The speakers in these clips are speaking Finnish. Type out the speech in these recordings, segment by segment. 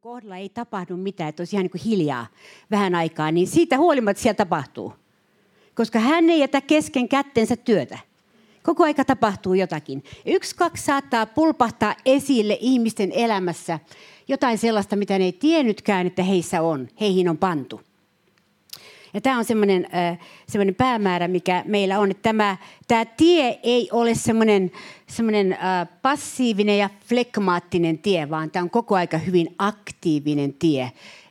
kohdalla ei tapahdu mitään, että olisi ihan niin kuin hiljaa vähän aikaa, niin siitä huolimatta siellä tapahtuu. Koska hän ei jätä kesken kättensä työtä. Koko aika tapahtuu jotakin. 1-2 saattaa pulpahtaa esille ihmisten elämässä jotain sellaista, mitä ne ei tiennytkään, että heihin on pantu. Ja tämä on semmoinen päämäärä, mikä meillä on, että tämä tie ei ole semmoinen passiivinen ja flegmaattinen tie, vaan tämä on koko aika hyvin aktiivinen tie.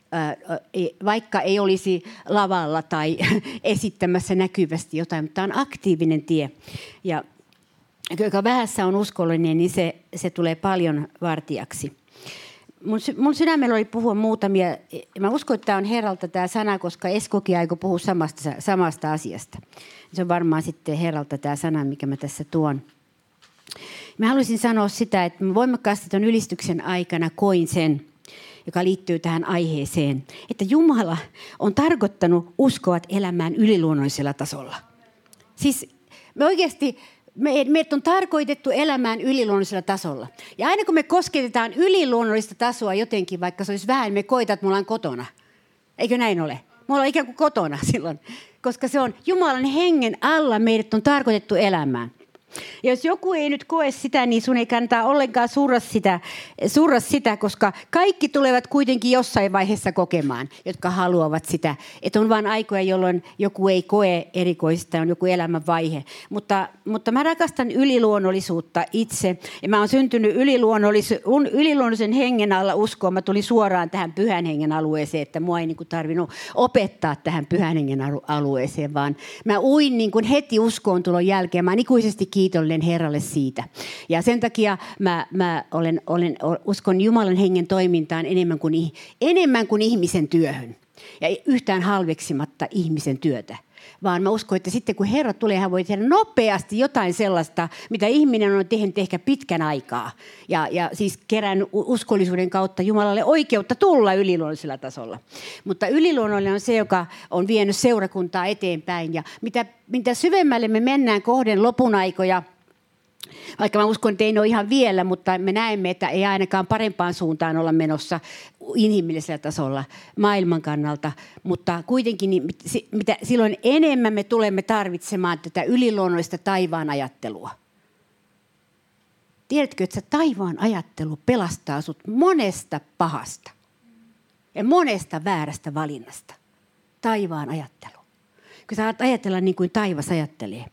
Vaikka ei olisi lavalla tai esittämässä näkyvästi jotain, mutta tämä on aktiivinen tie. Ja joka vähässä on uskollinen, niin se tulee paljon vartijaksi. Mun sydämellä oli puhua muutamia. Mä uskon, että tämä on Herralta tämä sana, koska Eskokin aikoi puhua samasta asiasta. Se on varmaan sitten Herralta tämä sana, mikä mä tässä tuon. Mä haluaisin sanoa sitä, että mä voimakkaasti tuon ylistyksen aikana koin sen, joka liittyy tähän aiheeseen, että Jumala on tarkoittanut uskovat elämään yliluonnollisella tasolla. Siis me oikeasti, meidät on tarkoitettu elämään yliluonnollisella tasolla. Ja aina kun me kosketetaan yliluonnollista tasoa jotenkin, vaikka se olisi vähän, niin me koetaan, että me ollaan kotona. Eikö näin ole? Me ollaan ikään kuin kotona silloin, koska se on Jumalan hengen alla meidät on tarkoitettu elämään. Ja jos joku ei nyt koe sitä, niin sun ei kannata ollenkaan surra sitä, koska kaikki tulevat kuitenkin jossain vaiheessa kokemaan, jotka haluavat sitä. Että on vain aikoja, jolloin joku ei koe erikoista, on joku elämänvaihe. Mutta mä rakastan yliluonnollisuutta itse. Ja mä oon syntynyt yliluonnollisen hengen alla uskoon. Mä tulin suoraan tähän pyhän hengen alueeseen, että mua ei tarvinnut opettaa tähän pyhän hengen alueeseen, vaan mä uin heti uskoon tulon jälkeen. Mä oon ikuisesti kiitollinen Herralle siitä. Ja sen takia mä uskon Jumalan hengen toimintaan enemmän kuin ihmisen työhön. Ja yhtään halveksimatta ihmisen työtä. Vaan mä uskon, että sitten kun Herra tulee, hän voi tehdä nopeasti jotain sellaista, mitä ihminen on tehnyt ehkä pitkän aikaa. Ja siis kerään uskollisuuden kautta Jumalalle oikeutta tulla yliluonnollisella tasolla. Mutta yliluonnollinen on se, joka on vienyt seurakuntaa eteenpäin. Ja mitä syvemmälle me mennään kohden lopun aikoja, vaikka mä uskon, että ei ole ihan vielä, mutta me näemme, että ei ainakaan parempaan suuntaan olla menossa inhimillisellä tasolla maailman kannalta. Mutta kuitenkin silloin enemmän me tulemme tarvitsemaan tätä yliluonnollista taivaan ajattelua. Tiedätkö, että se taivaan ajattelu pelastaa sut monesta pahasta ja monesta väärästä valinnasta. Taivaan ajattelu. Kun sä ajatella niin kuin taivas ajattelee.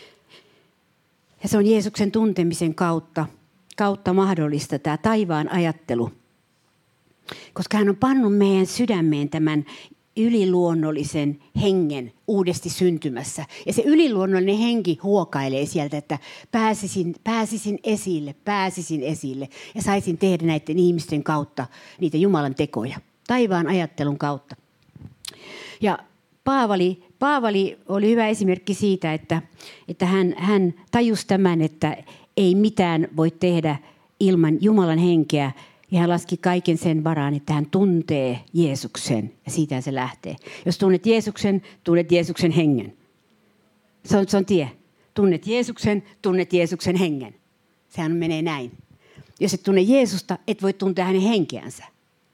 Ja se on Jeesuksen tuntemisen kautta mahdollista tämä taivaan ajattelu. Koska hän on pannut meidän sydämeen tämän yliluonnollisen hengen uudesti syntymässä. Ja se yliluonnollinen henki huokailee sieltä, että pääsisin esille ja saisin tehdä näiden ihmisten kautta niitä Jumalan tekoja. Taivaan ajattelun kautta. Ja Paavali oli hyvä esimerkki siitä, että hän tajusi tämän, että ei mitään voi tehdä ilman Jumalan henkeä. Ja hän laski kaiken sen varaan, että hän tuntee Jeesuksen ja siitä se lähtee. Jos tunnet Jeesuksen hengen. Se on tie. Tunnet Jeesuksen hengen. Sehän menee näin. Jos et tunne Jeesusta, et voi tuntea hänen henkeänsä.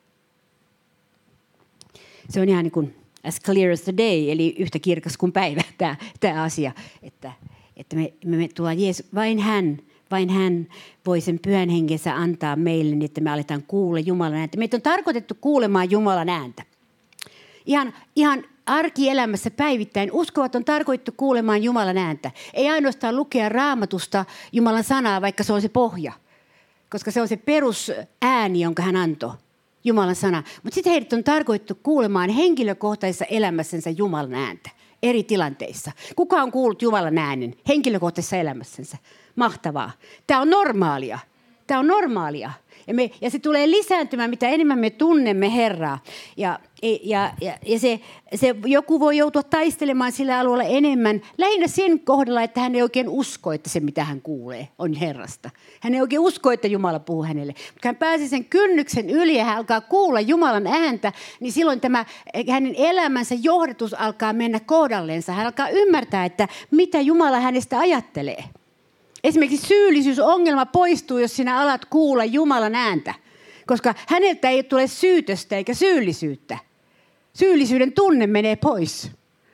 Se on ihan niin kuin as clear as the day, eli yhtä kirkas kuin päivä tämä asia, että me tullaan vain hän voi sen pyhän henkensä antaa meille, niin että me aletaan kuulla Jumalan ääntä. Meitä on tarkoitettu kuulemaan Jumalan ääntä. Ihan arkielämässä päivittäin uskovat on tarkoitettu kuulemaan Jumalan ääntä. Ei ainoastaan lukea Raamatusta Jumalan sanaa, vaikka se on se pohja, koska se on se perusääni, jonka hän antoi. Jumalan sana. Mutta sitten heidät on tarkoitettu kuulemaan henkilökohtaisessa elämässänsä Jumalan ääntä eri tilanteissa. Kuka on kuullut Jumalan äänen henkilökohtaisessa elämässänsä? Mahtavaa. Tämä on normaalia. Ja se tulee lisääntymään, mitä enemmän me tunnemme Herraa. Ja se joku voi joutua taistelemaan sillä alueella enemmän. Lähinnä sen kohdalla, että hän ei oikein usko, että se mitä hän kuulee on Herrasta. Hän ei oikein usko, että Jumala puhuu hänelle. Mutta hän pääsee sen kynnyksen yli ja hän alkaa kuulla Jumalan ääntä, niin silloin tämä hänen elämänsä johdatus alkaa mennä kohdalleensa. Hän alkaa ymmärtää, että mitä Jumala hänestä ajattelee. Esimerkiksi syyllisyysongelma poistuu, jos sinä alat kuulla Jumalan ääntä. koska häneltä ei tule syytöstä eikä syyllisyyttä. Syyllisyyden tunne menee pois.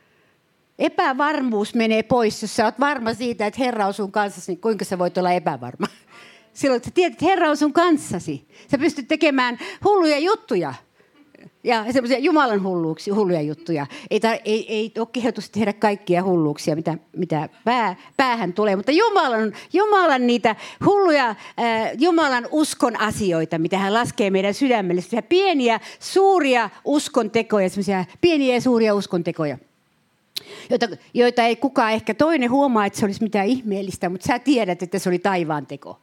Epävarmuus menee pois, jos sä oot varma siitä, että Herra on sun kanssasi, niin kuinka sä voit olla epävarma? Silloin, että sä tiedät, että Herra on sun kanssasi. Sä pystyt tekemään hulluja juttuja. Ja semmoisia Jumalan hulluja juttuja. Ei ole kehotus tehdä kaikkia hulluuksia, mitä päähän tulee. Mutta Jumalan niitä hulluja, Jumalan uskon asioita, mitä hän laskee meidän sydämelle. Pieniä, suuria uskontekoja, semmoisia pieniä ja suuria uskontekoja. Joita ei kukaan ehkä toinen huomaa, että se olisi mitään ihmeellistä, mutta sä tiedät, että se oli taivaan teko.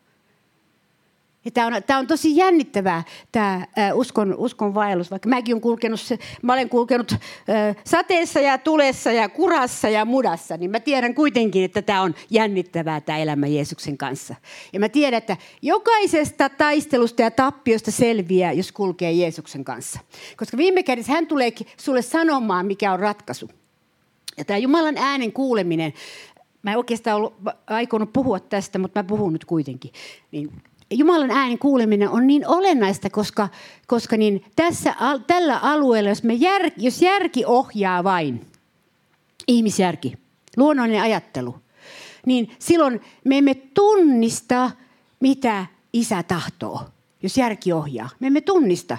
Tämä on tosi jännittävää, tämä uskon vaellus. Vaikka mä olen kulkenut sateessa ja tulessa ja kurassa ja mudassa, niin mä tiedän kuitenkin, että tämä on jännittävää tämä elämä Jeesuksen kanssa. Ja mä tiedän, että jokaisesta taistelusta ja tappiosta selviää, jos kulkee Jeesuksen kanssa. Koska viime kädessä hän tulee sulle sanomaan, mikä on ratkaisu. Ja tämä Jumalan äänen kuuleminen, mä en oikeastaan ollut aikonut puhua tästä, mutta mä puhun nyt kuitenkin, niin Jumalan äänen kuuleminen on niin olennaista, koska niin tällä alueella, jos järki ohjaa vain, ihmisjärki, luonnollinen ajattelu, niin silloin me emme tunnista, mitä Isä tahtoo, jos järki ohjaa. Me emme tunnista.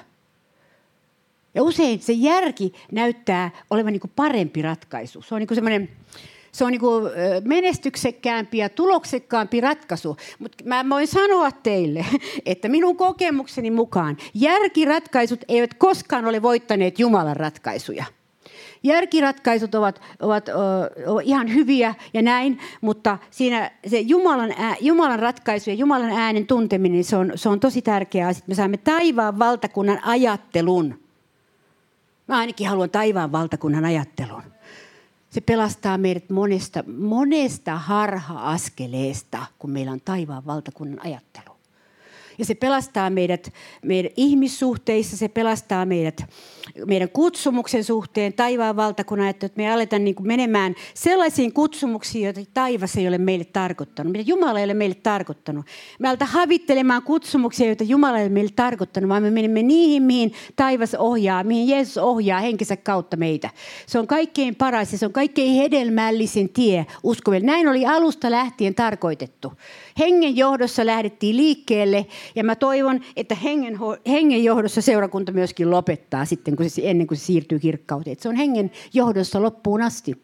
Ja usein se järki näyttää olevan niin kuin parempi ratkaisu. Se on niin kuin semmoinen... Se on niin kuin menestyksekkäämpi ja tuloksekkaampi ratkaisu. Mutta mä voin sanoa teille, että minun kokemukseni mukaan järkiratkaisut eivät koskaan ole voittaneet Jumalan ratkaisuja. Järkiratkaisut ovat ihan hyviä ja näin, mutta siinä se Jumalan ratkaisu ja Jumalan äänen tunteminen, se on tosi tärkeää. Sitten me saamme taivaan valtakunnan ajattelun. Mä ainakin haluan taivaan valtakunnan ajattelun. Se pelastaa meidät monesta harha-askeleesta, kun meillä on taivaan valtakunnan ajattelu. Ja se pelastaa meidät ihmissuhteissa, se pelastaa meidän kutsumuksen suhteen, taivaan valtakunnan ajattelu, että me aletaan niin kuin menemään sellaisiin kutsumuksiin, joita taivas ei ole meille tarkoittanut, mitä Jumala ei ole meille tarkoittanut. Me aletaan havittelemaan kutsumuksia, joita Jumala ei ole meille tarkoittanut, vaan me menemme niihin, mihin taivas ohjaa, mihin Jeesus ohjaa henkensä kautta meitä. Se on kaikkein paras ja se on kaikkein hedelmällisin tie uskoville. Näin oli alusta lähtien tarkoitettu. Hengen johdossa lähdettiin liikkeelle ja mä toivon, että hengen johdossa seurakunta myöskin lopettaa sitten, ennen kuin se siirtyy kirkkauteen. Että se on hengen johdossa loppuun asti.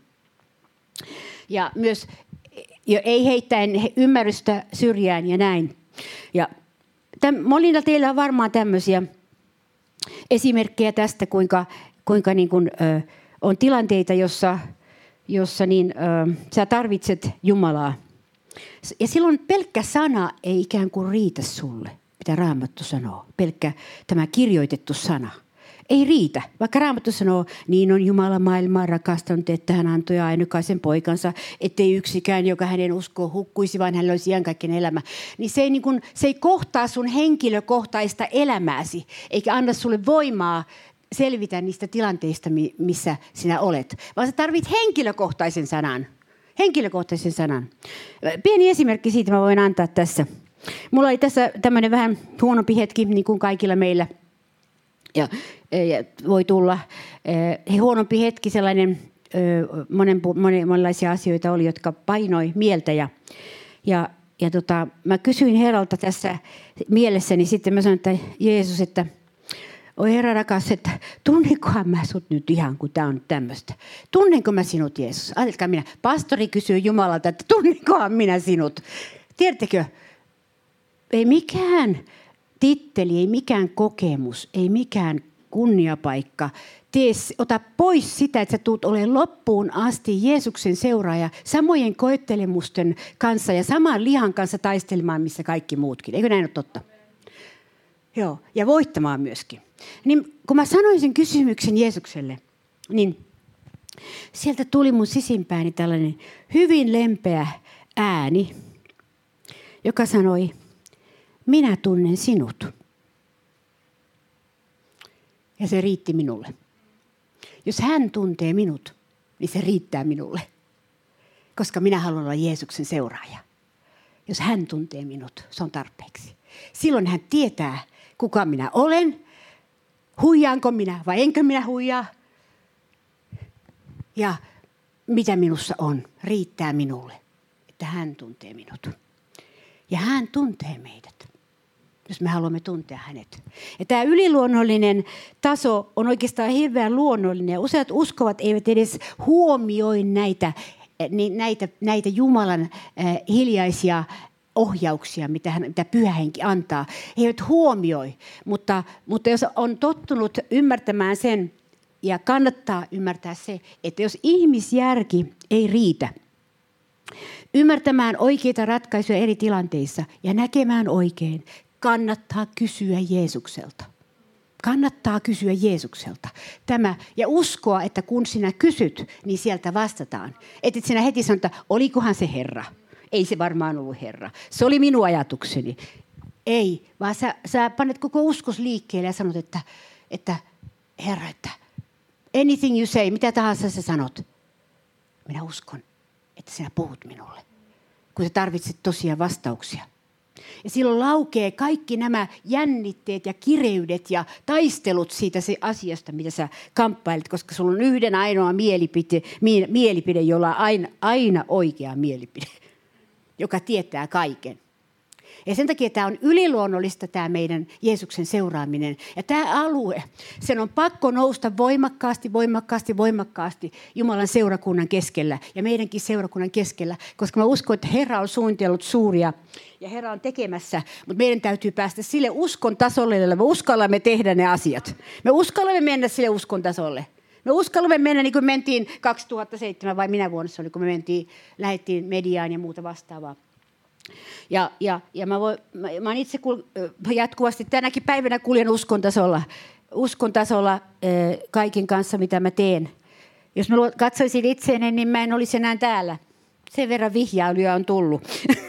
Ja myös ei heittäen ymmärrystä syrjään ja näin. Ja monilla teillä on varmaan tämmöisiä esimerkkejä tästä, kuinka niin kuin, on tilanteita, jossa niin, sä tarvitset Jumalaa. Ja silloin pelkkä sana ei ikään kuin riitä sulle, mitä Raamattu sanoo. Pelkkä tämä kirjoitettu sana. Ei riitä. Vaikka Raamattu sanoo, niin on Jumala maailmaa rakastanut, että hän antoi ainokaisen poikansa, ettei yksikään, joka hänen uskoo hukkuisi, vaan hänellä olisi iankaikkinen elämä. Niin se ei kohtaa sun henkilökohtaista elämääsi, eikä anna sulle voimaa selvitä niistä tilanteista, missä sinä olet. Vaan sä tarvit henkilökohtaisen sanan. Henkilökohtaisen sanan. Pieni esimerkki siitä mä voin antaa tässä. Mulla oli tässä tämmöinen vähän huonompi hetki, niin kuin kaikilla meillä. Ja voi tulla huonompi hetki, sellainen monenlaisia asioita oli, jotka painoi mieltä. Ja mä kysyin Herralta tässä mielessäni, sitten mä sanoin, että Jeesus, että oi Herra rakas, että tunnenkohan mä sut nyt ihan, kun tää on nyt tämmöistä. Tunnenko mä sinut, Jeesus? Ajatelkaa minä. Pastori kysyy Jumalalta, että tunnenkohan minä sinut? Tiedättekö, ei mikään titteli, ei mikään kokemus, ei mikään kunniapaikka. Ota pois sitä, että sä tuut olemaan loppuun asti Jeesuksen seuraaja samojen koettelemusten kanssa ja saman lihan kanssa taistelemaan, missä kaikki muutkin. Eikö näin ole totta? Joo, ja voittamaan myöskin. Niin, kun mä sanoin sen kysymyksen Jeesukselle, niin sieltä tuli mun sisimpääni tällainen hyvin lempeä ääni, joka sanoi, minä tunnen sinut. Ja se riitti minulle. Jos hän tuntee minut, niin se riittää minulle. Koska minä haluan olla Jeesuksen seuraaja. Jos hän tuntee minut, se on tarpeeksi. Silloin hän tietää kuka minä olen, huijaanko minä vai enkö minä huijaa ja mitä minussa on, riittää minulle, että hän tuntee minut. Ja hän tuntee meidät, jos me haluamme tuntea hänet. Ja tämä yliluonnollinen taso on oikeastaan hirveän luonnollinen. Ja useat uskovat eivät edes huomioi näitä Jumalan hiljaisia ohjauksia, mitä Pyhä Henki antaa. He eivät huomioi, mutta jos on tottunut ymmärtämään sen, ja kannattaa ymmärtää se, että jos ihmisjärki ei riitä ymmärtämään oikeita ratkaisuja eri tilanteissa ja näkemään oikein, kannattaa kysyä Jeesukselta. Kannattaa kysyä Jeesukselta. Ja uskoa, että kun sinä kysyt, niin sieltä vastataan. Et sinä heti sano, että olikohan se Herra. Ei se varmaan ollut Herra. Se oli minun ajatukseni. Ei, vaan sä panet koko uskos liikkeelle ja sanot, että Herra, että anything you say, mitä tahansa sä sanot. Minä uskon, että sinä puhut minulle, kun sä tarvitset tosiaan vastauksia. Ja silloin laukee kaikki nämä jännitteet ja kireydet ja taistelut siitä se asiasta, mitä sä kamppailet, koska sulla on yhden ainoa mielipide, jolla on aina oikea mielipide, joka tietää kaiken. Ja sen takia tämä on yliluonnollista tämä meidän Jeesuksen seuraaminen. Ja tämä alue, sen on pakko nousta voimakkaasti Jumalan seurakunnan keskellä ja meidänkin seurakunnan keskellä. Koska mä uskon, että Herra on suunnitellut suuria ja Herra on tekemässä. Mutta meidän täytyy päästä sille uskon tasolle, jolla me uskallamme tehdä ne asiat. Me uskallamme mennä sille uskon tasolle. Me uskallamme mennä niin kuin mentiin 2007 vai minä vuonna se oli, kun me lähdettiin mediaan ja muuta vastaavaa. Ja mä oon itse jatkuvasti tänäkin päivänä kuljen uskon tasolla kaiken kanssa, mitä mä teen. Jos mä katsoisin itseäni, niin mä en olisi enää täällä. Sen verran vihjailuja on tullut.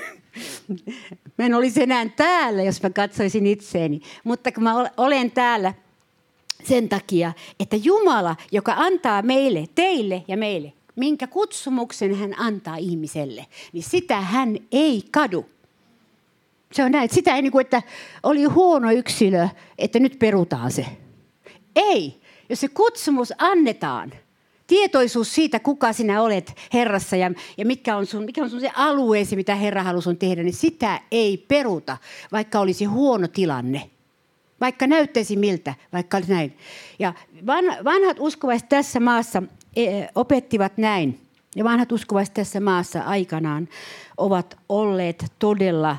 Mä en olisi enää täällä, jos mä katsoisin itseäni. Mutta kun mä olen täällä sen takia, että Jumala, joka antaa meille, teille ja meille, minkä kutsumuksen hän antaa ihmiselle, niin sitä hän ei kadu. Se on näin, että sitä ei niin kuin, että oli huono yksilö, että nyt perutaan se. Ei, jos se kutsumus annetaan, tietoisuus siitä, kuka sinä olet Herrassa ja mikä on sun se alueesi, mitä Herra haluaa sun tehdä, niin sitä ei peruta, vaikka olisi huono tilanne. Vaikka näyttäisi miltä, vaikka olisi näin. Ja vanhat uskovaiset tässä maassa opettivat näin. Ja vanhat uskovaiset tässä maassa aikanaan ovat olleet todella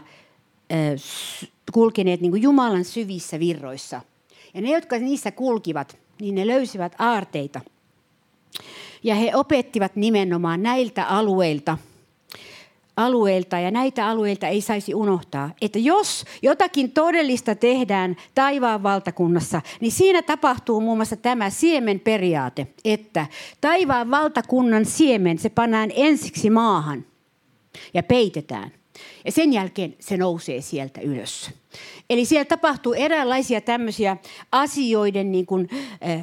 kulkeneet niin kuin Jumalan syvissä virroissa. Ja ne, jotka niissä kulkivat, niin ne löysivät aarteita. Ja he opettivat nimenomaan näiltä alueilta, ja näitä alueilta ei saisi unohtaa, että jos jotakin todellista tehdään taivaan valtakunnassa, niin siinä tapahtuu muun muassa tämä siemenperiaate, että taivaan valtakunnan siemen se pannaan ensiksi maahan ja peitetään. Ja sen jälkeen se nousee sieltä ylös. Eli siellä tapahtuu eräänlaisia tämmöisiä asioiden, niin kuin,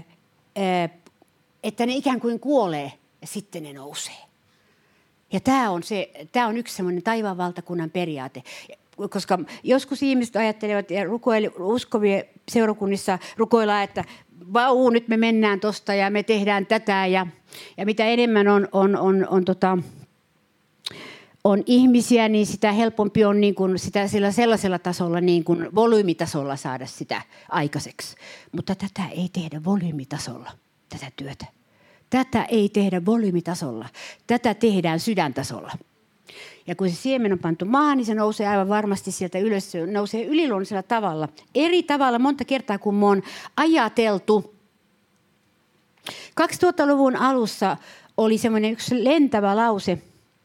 että ne ikään kuin kuolee ja sitten ne nousee. Ja tämä on yksi semmoinen taivaan valtakunnan periaate. Koska joskus ihmiset ajattelevat ja uskovien seurakunnissa rukoillaan, että vau, nyt me mennään tosta ja me tehdään tätä. Ja mitä enemmän on ihmisiä, niin sitä helpompi on niin kuin sitä sellaisella tasolla, niin kuin volyymitasolla saada sitä aikaiseksi. Mutta tätä ei tehdä volyymitasolla, tätä työtä. Tätä ei tehdä volyymitasolla. Tätä tehdään sydäntasolla. Ja kun se siemen on pantu maahan, niin se nousee aivan varmasti sieltä ylös. Se nousee yliluonnollisella tavalla. Eri tavalla monta kertaa, kun me on ajateltu. 2000-luvun alussa oli semmoinen yksi lentävä lause.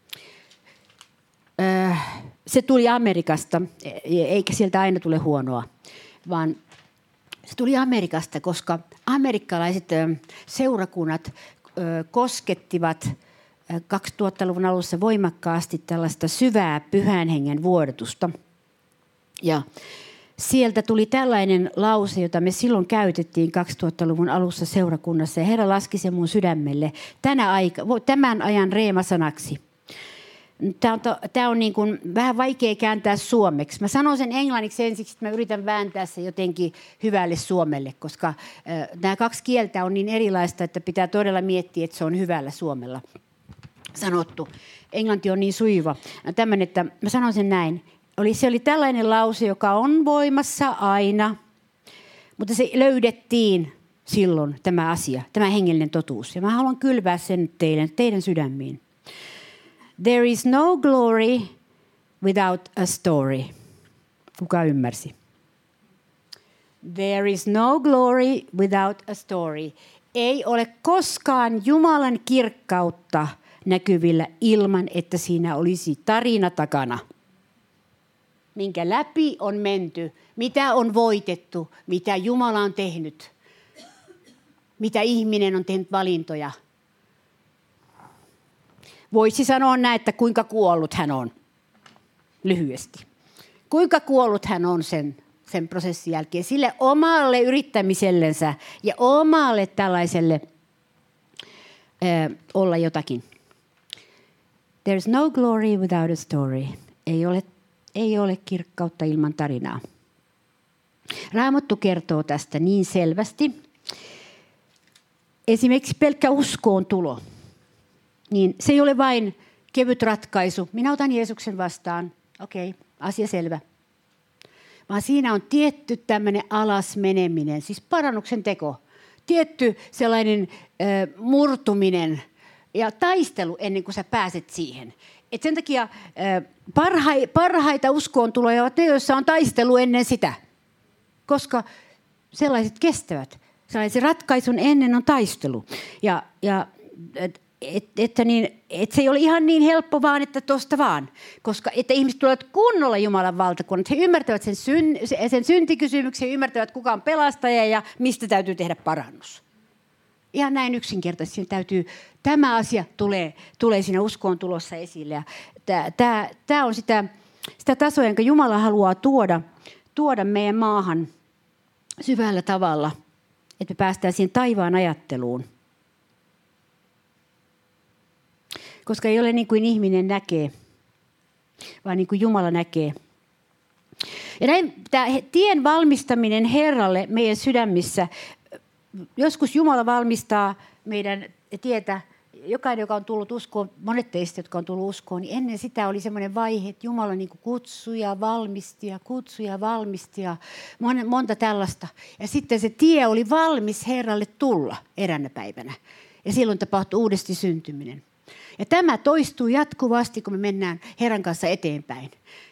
Se tuli Amerikasta, eikä sieltä aina tule huonoa, vaan se tuli Amerikasta, koska amerikkalaiset seurakunnat koskettivat 2000-luvun alussa voimakkaasti tällaista syvää pyhän hengen vuodatusta. Ja sieltä tuli tällainen lause, jota me silloin käytettiin 2000-luvun alussa seurakunnassa. Ja Herra laski sen mun sydämelle tämän ajan reemasanaksi. Tämä on niin kuin vähän vaikea kääntää suomeksi. Mä sanon sen englanniksi ensiksi, että mä yritän vääntää se jotenkin hyvälle suomelle, koska nämä kaksi kieltä on niin erilaista, että pitää todella miettiä, että se on hyvällä suomella sanottu. Englanti on niin sujuva. Tämmöinen, että mä sanon sen näin. Se oli tällainen lause, joka on voimassa aina, mutta se löydettiin silloin tämä asia, tämä hengellinen totuus. Ja mä haluan kylvää sen teidän sydämiin. There is no glory without a story. Kuka ymmärsi? There is no glory without a story. Ei ole koskaan Jumalan kirkkautta näkyvillä ilman, että siinä olisi tarina takana. Minkä läpi on menty, mitä on voitettu, mitä Jumala on tehnyt, mitä ihminen on tehnyt valintoja. Voisi sanoa näin, että kuinka kuollut hän on, lyhyesti. Kuinka kuollut hän on sen prosessin jälkeen, sille omalle yrittämisellensä ja omalle tällaiselle olla jotakin. There's no glory without a story. Ei ole kirkkautta ilman tarinaa. Raamattu kertoo tästä niin selvästi. Esimerkiksi pelkkä uskoon tulo. Niin se ei ole vain kevyt ratkaisu. Minä otan Jeesuksen vastaan. Okei, asia selvä. Vaan siinä on tietty tämmöinen alas meneminen, siis parannuksen teko. Tietty sellainen murtuminen ja taistelu ennen kuin sä pääset siihen. Et sen takia parhaita uskoon tuloja ovat ne, joissa on taistelu ennen sitä. Koska sellaiset kestävät. Sellaisen ratkaisun ennen on taistelu. Että se ei ole ihan niin helppo vaan, että tuosta vaan. Koska että ihmiset tulevat kunnolla Jumalan valtakunnat. He ymmärtävät sen syntikysymyksen, he ymmärtävät kuka on pelastaja ja mistä täytyy tehdä parannus. Ihan näin yksinkertaisesti tämä asia tulee siinä uskoon tulossa esille. Tämä on sitä tasoa, jonka Jumala haluaa tuoda meidän maahan syvällä tavalla, että me päästään siihen taivaan ajatteluun. Koska ei ole niin kuin ihminen näkee, vaan niin kuin Jumala näkee. Ja näin, tämä tien valmistaminen Herralle meidän sydämissä. Joskus Jumala valmistaa meidän tietä. Jokainen, joka on tullut uskoon, monet teistä, jotka on tullut uskoon, niin ennen sitä oli semmoinen vaihe, että Jumala niin kuin kutsui ja valmisti ja monta tällaista. Ja sitten se tie oli valmis Herralle tulla eräänä päivänä. Ja silloin tapahtui uudesti syntyminen. Ja tämä toistuu jatkuvasti, kun me mennään Herran kanssa eteenpäin.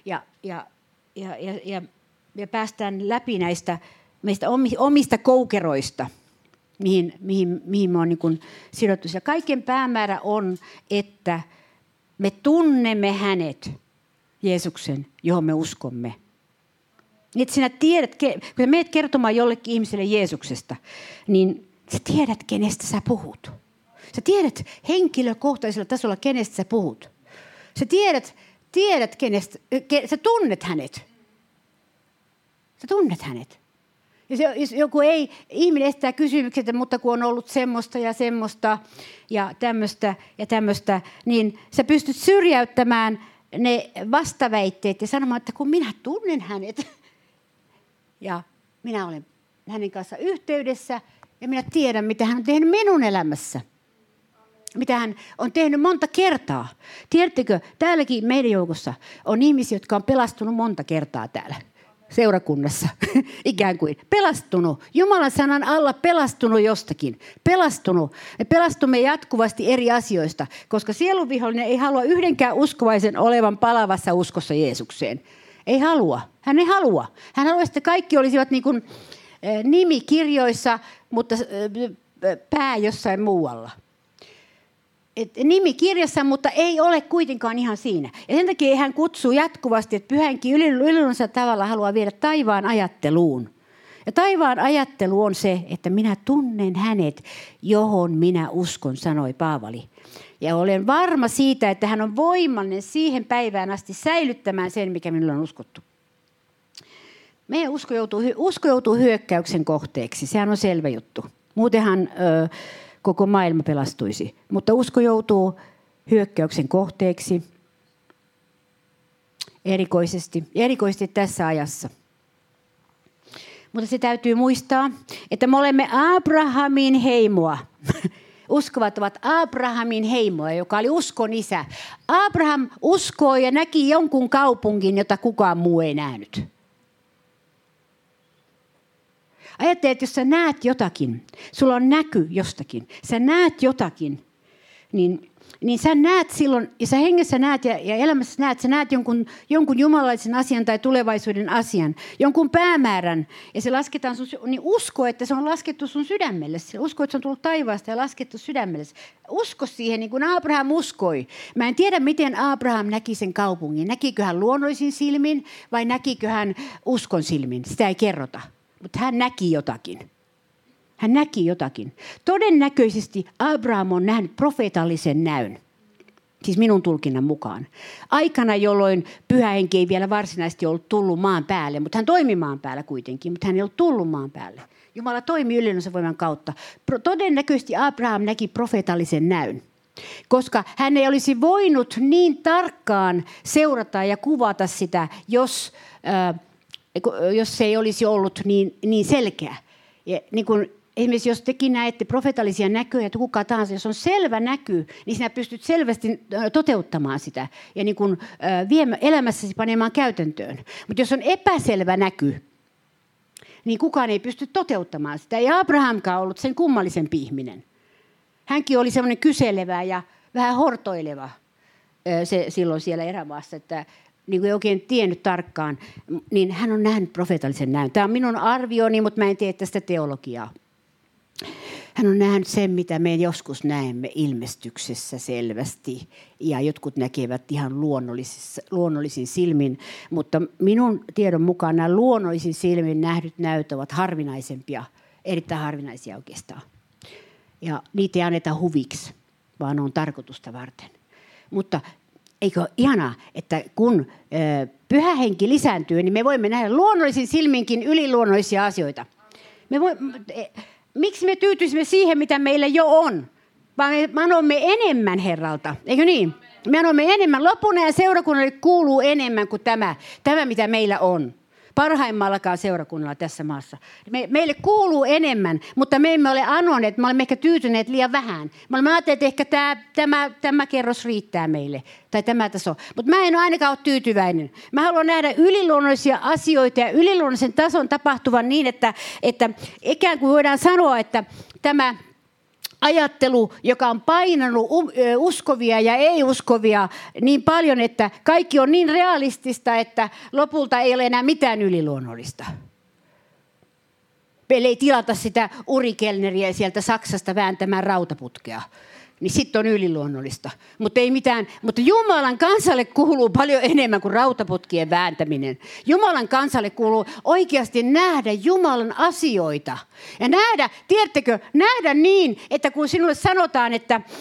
Ja päästään läpi näistä meistä omista koukeroista, mihin me on niin kuin sidottu. Ja kaiken päämäärä on, että me tunnemme hänet, Jeesuksen, johon me uskomme. Niin että sinä tiedät, kun sä menet kertomaan jollekin ihmiselle Jeesuksesta, niin sä tiedät, kenestä sä puhut. Sä tiedät henkilökohtaisella tasolla, kenestä sä puhut. Sä tiedät sä tunnet hänet. Sä tunnet hänet. Ja jos joku ihminen estää kysymykset, mutta kun on ollut semmoista ja tämmöistä, niin sä pystyt syrjäyttämään ne vastaväitteet ja sanomaan, että kun minä tunnen hänet ja minä olen hänen kanssa yhteydessä ja minä tiedän, mitä hän on tehnyt minun elämässä. Mitä hän on tehnyt monta kertaa. Tiedättekö, täälläkin meidän joukossa on ihmisiä, jotka on pelastunut monta kertaa täällä seurakunnassa. Ikään kuin pelastunut. Jumalan sanan alla pelastunut jostakin. Pelastunut. Me pelastumme jatkuvasti eri asioista, koska sielunvihollinen ei halua yhdenkään uskovaisen olevan palavassa uskossa Jeesukseen. Ei halua. Hän ei halua. Hän haluaa, että kaikki olisivat niin kuin nimikirjoissa, mutta pää jossain muualla. Nimi kirjassa, mutta ei ole kuitenkaan ihan siinä. Ja sen takia hän kutsuu jatkuvasti, että pyhänkin ylillunnollisella tavalla haluaa viedä taivaan ajatteluun. Ja taivaan ajattelu on se, että minä tunnen hänet, johon minä uskon, sanoi Paavali. Ja olen varma siitä, että hän on voimallinen siihen päivään asti säilyttämään sen, mikä minulla on uskottu. Meidän usko joutuu hyökkäyksen kohteeksi, sehän on selvä juttu. Muutenhan koko maailma pelastuisi. Mutta usko joutuu hyökkäyksen kohteeksi. erikoisesti tässä ajassa. Mutta se täytyy muistaa, että me olemme Abrahamin heimoa. Uskovat ovat Abrahamin heimoa, joka oli uskon isä. Abraham uskoi ja näki jonkun kaupungin, jota kukaan muu ei nähnyt. Ajattele, että jos sä näet jotakin, sulla on näky jostakin, sä näet jotakin, niin sä näet silloin, ja sä hengessä näet ja elämässä näet, sä näet jonkun jumalallisen asian tai tulevaisuuden asian, jonkun päämäärän, ja se lasketaan niin usko, että se on laskettu sun sydämelle. Usko, että se on tullut taivaasta ja laskettu sydämelle. Usko siihen, niin kuin Abraham uskoi. Mä en tiedä, miten Abraham näki sen kaupungin. Näkikö hän luonnollisin silmin vai näkikö hän uskon silmin? Sitä ei kerrota, mutta hän näki jotakin. Hän näki jotakin. Todennäköisesti Abraham on nähnyt profeetallisen näyn. Siis minun tulkinnan mukaan. Aikana, jolloin pyhä henki ei vielä varsinaisesti ollut tullut maan päälle, mutta hän toimi maan päällä kuitenkin, mutta hän ei ollut tullut maan päälle. Jumala toimi yliluonnollisen voiman kautta. Todennäköisesti Abraham näki profeetallisen näyn, koska hän ei olisi voinut niin tarkkaan seurata ja kuvata sitä, jos se ei olisi ollut niin selkeä. Ja niin kuin esimerkiksi jos tekin näette profeetallisia näköjä, että kuka tahansa, jos on selvä näky, niin sinä pystyt selvästi toteuttamaan sitä ja niin kuin elämässäsi panemaan käytäntöön. Mutta jos on epäselvä näky, niin kukaan ei pysty toteuttamaan sitä. Ei Abrahamkaan ollut sen kummallisempi ihminen. Hänkin oli semmoinen kyselevä ja vähän hortoileva silloin siellä erämaassa, että niin kuin ei oikein tiennyt tarkkaan, niin hän on nähnyt profeetallisen näyn. Tämä on minun arvioni, mutta mä en tee tästä teologiaa. Hän on nähnyt sen, mitä me joskus näemme ilmestyksessä selvästi. Ja jotkut näkevät ihan luonnollisin silmin. Mutta minun tiedon mukaan nämä luonnollisin silmin nähdyt näyt ovat harvinaisempia. Erittäin harvinaisia oikeastaan. Ja niitä ei anneta huviksi, vaan on tarkoitusta varten. Mutta eikö ihanaa, että kun pyhä henki lisääntyy, niin me voimme nähdä luonnollisin silminkin yliluonnollisia asioita. Miksi me tyytyisimme siihen, mitä meillä jo on? Vaan me anomme enemmän Herralta, eikö niin? Me anomme enemmän. Lopun ajan seurakunnalle kuuluu enemmän kuin tämä, mitä meillä on. Parhaimmallakaan seurakunnalla tässä maassa. Meille kuuluu enemmän, mutta me emme ole anoneet. Me olemme ehkä tyytyneet liian vähän. Me olemme ajatelleet, että ehkä tämä kerros riittää meille. Tai tämä taso. Mutta mä en ainakaan ole tyytyväinen. Mä haluan nähdä yliluonnollisia asioita ja yliluonnollisen tason tapahtuvan niin, että ikään kuin voidaan sanoa, että tämä ajattelu, joka on painanut uskovia ja ei-uskovia niin paljon, että kaikki on niin realistista, että lopulta ei ole enää mitään yliluonnollista. Meillä ei tilata sitä Uri Kellneriä sieltä Saksasta vääntämään rautaputkea. Niin sitten on yliluonnollista. Mutta Jumalan kansalle kuuluu paljon enemmän kuin rautaputkien vääntäminen. Jumalan kansalle kuuluu oikeasti nähdä Jumalan asioita. Ja nähdä niin, että kun sinulle sanotaan,